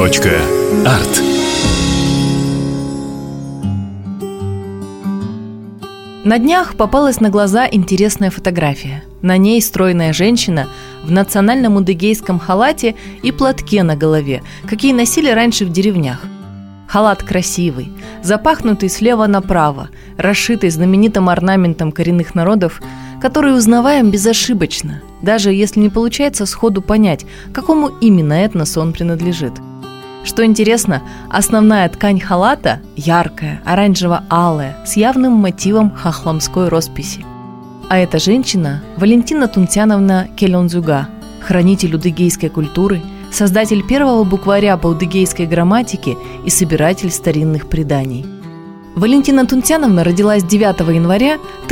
Арт. На днях попалась на глаза интересная фотография. На ней стройная женщина в национальном удыгейском халате и платке на голове, какие носили раньше в деревнях. Халат красивый, запахнутый слева направо, расшитый знаменитым орнаментом коренных народов, который узнаваем безошибочно, даже если не получается сходу понять, какому именно этносу он принадлежит. Что интересно, основная ткань халата яркая, оранжево-алая, с явным мотивом хохломской росписи. А эта женщина – Валентина Тунсяновна Келонзюга, хранитель удыгейской культуры, создатель первого букваря по удыгейской грамматике и собиратель старинных преданий. Валентина Тунсяновна родилась 9 января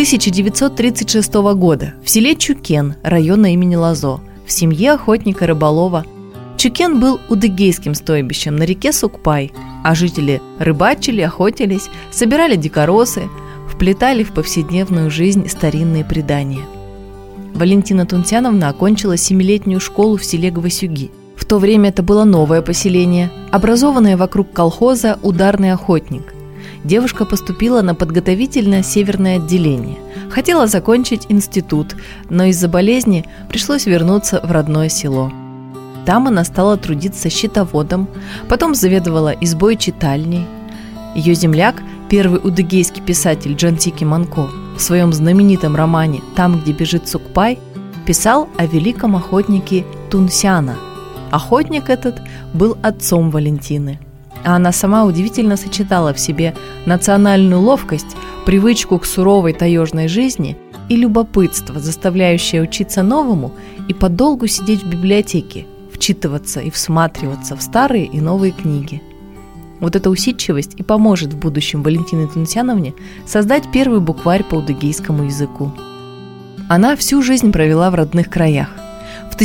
1936 года в селе Чукен, района имени Лазо, в семье охотника-рыболова. Чукен был удыгейским стойбищем на реке Сукпай, а жители рыбачили, охотились, собирали дикоросы, вплетали в повседневную жизнь старинные предания. Валентина Тунсяновна окончила 7-летнюю школу в селе Гвасюги. В то время это было новое поселение, образованное вокруг колхоза «Ударный охотник». Девушка поступила на подготовительное северное отделение. Хотела закончить институт, но из-за болезни пришлось вернуться в родное село. Там она стала трудиться счетоводом, потом заведовала избой-читальней. Ее земляк, первый удыгейский писатель Джантики Манко, в своем знаменитом романе «Там, где бежит Сукпай» писал о великом охотнике Тунсяна. Охотник этот был отцом Валентины. А она сама удивительно сочетала в себе национальную ловкость, привычку к суровой таежной жизни и любопытство, заставляющее учиться новому и подолгу сидеть в библиотеке, вчитываться и всматриваться в старые и новые книги. Вот эта усидчивость и поможет в будущем Валентине Тунсяновне создать первый букварь по удыгейскому языку. Она всю жизнь провела в родных краях. В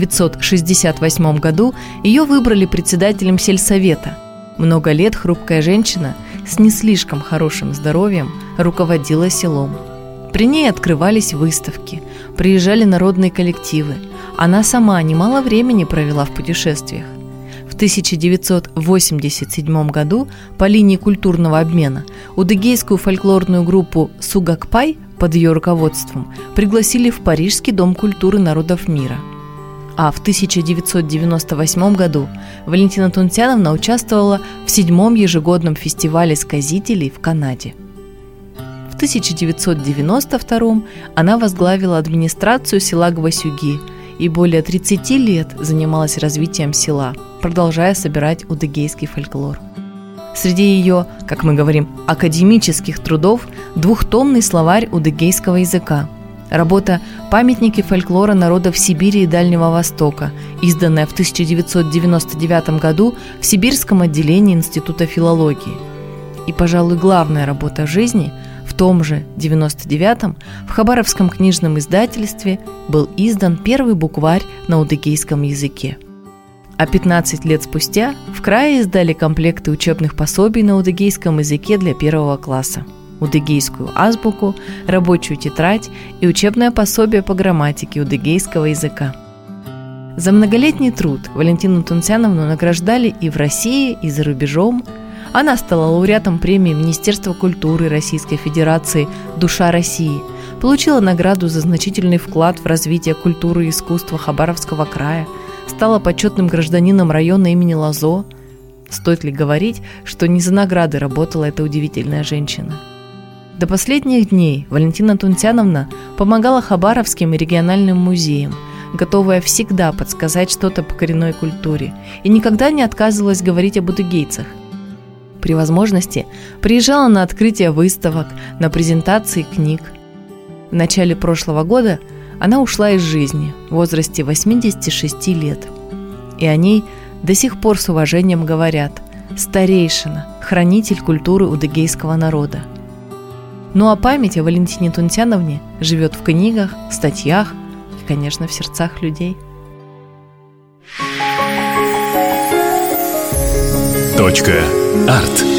1968 году ее выбрали председателем сельсовета. Много лет хрупкая женщина с не слишком хорошим здоровьем руководила селом. При ней открывались выставки, приезжали народные коллективы. Она сама немало времени провела в путешествиях. В 1987 году по линии культурного обмена удыгейскую фольклорную группу «Сугакпай» под ее руководством пригласили в Парижский дом культуры народов мира. А в 1998 году Валентина Тунсяновна участвовала в 7-м ежегодном фестивале сказителей в Канаде. В 1992 она возглавила администрацию села Гвасюги и более 30 лет занималась развитием села, продолжая собирать удыгейский фольклор. Среди ее, как мы говорим, академических трудов 2-томный словарь удыгейского языка, работа «Памятники фольклора народов Сибири и Дальнего Востока», изданная в 1999 году в Сибирском отделении Института филологии. И, пожалуй, главная работа в жизни – в том же 99-м в Хабаровском книжном издательстве был издан первый букварь на удыгейском языке. А 15 лет спустя в крае издали комплекты учебных пособий на удыгейском языке для 1 класса, удыгейскую азбуку, рабочую тетрадь и учебное пособие по грамматике удыгейского языка. За многолетний труд Валентину Тунсяновну награждали и в России, и за рубежом. Она стала лауреатом премии Министерства культуры Российской Федерации «Душа России», получила награду за значительный вклад в развитие культуры и искусства Хабаровского края, стала почетным гражданином района имени Лазо. Стоит ли говорить, что не за награды работала эта удивительная женщина? До последних дней Валентина Тунсяновна помогала хабаровским и региональным музеям, готовая всегда подсказать что-то по коренной культуре, и никогда не отказывалась говорить об удыгейцах. При возможности приезжала на открытие выставок, на презентации книг. В начале прошлого года она ушла из жизни в возрасте 86 лет. И о ней до сих пор с уважением говорят: старейшина, хранитель культуры удыгейского народа. Ну а память о Валентине Тунсяновне живет в книгах, статьях и, конечно, в сердцах людей. Арт.